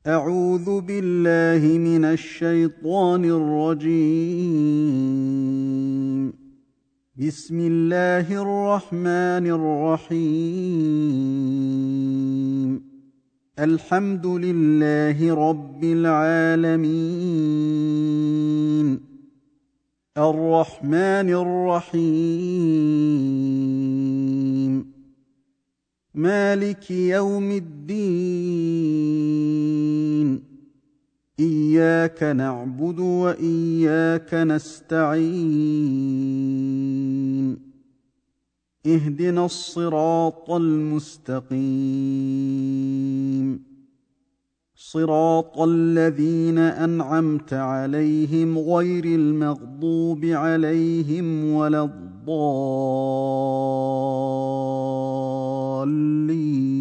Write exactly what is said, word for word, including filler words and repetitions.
أعوذ بالله من الشيطان الرجيم. بسم الله الرحمن الرحيم. الحمد لله رب العالمين، الرحمن الرحيم، مالك يوم الدين، إياك نعبد وإياك نستعين، اهدنا الصراط المستقيم، صراط الذين أنعمت عليهم غير المغضوب عليهم ولا الضالين.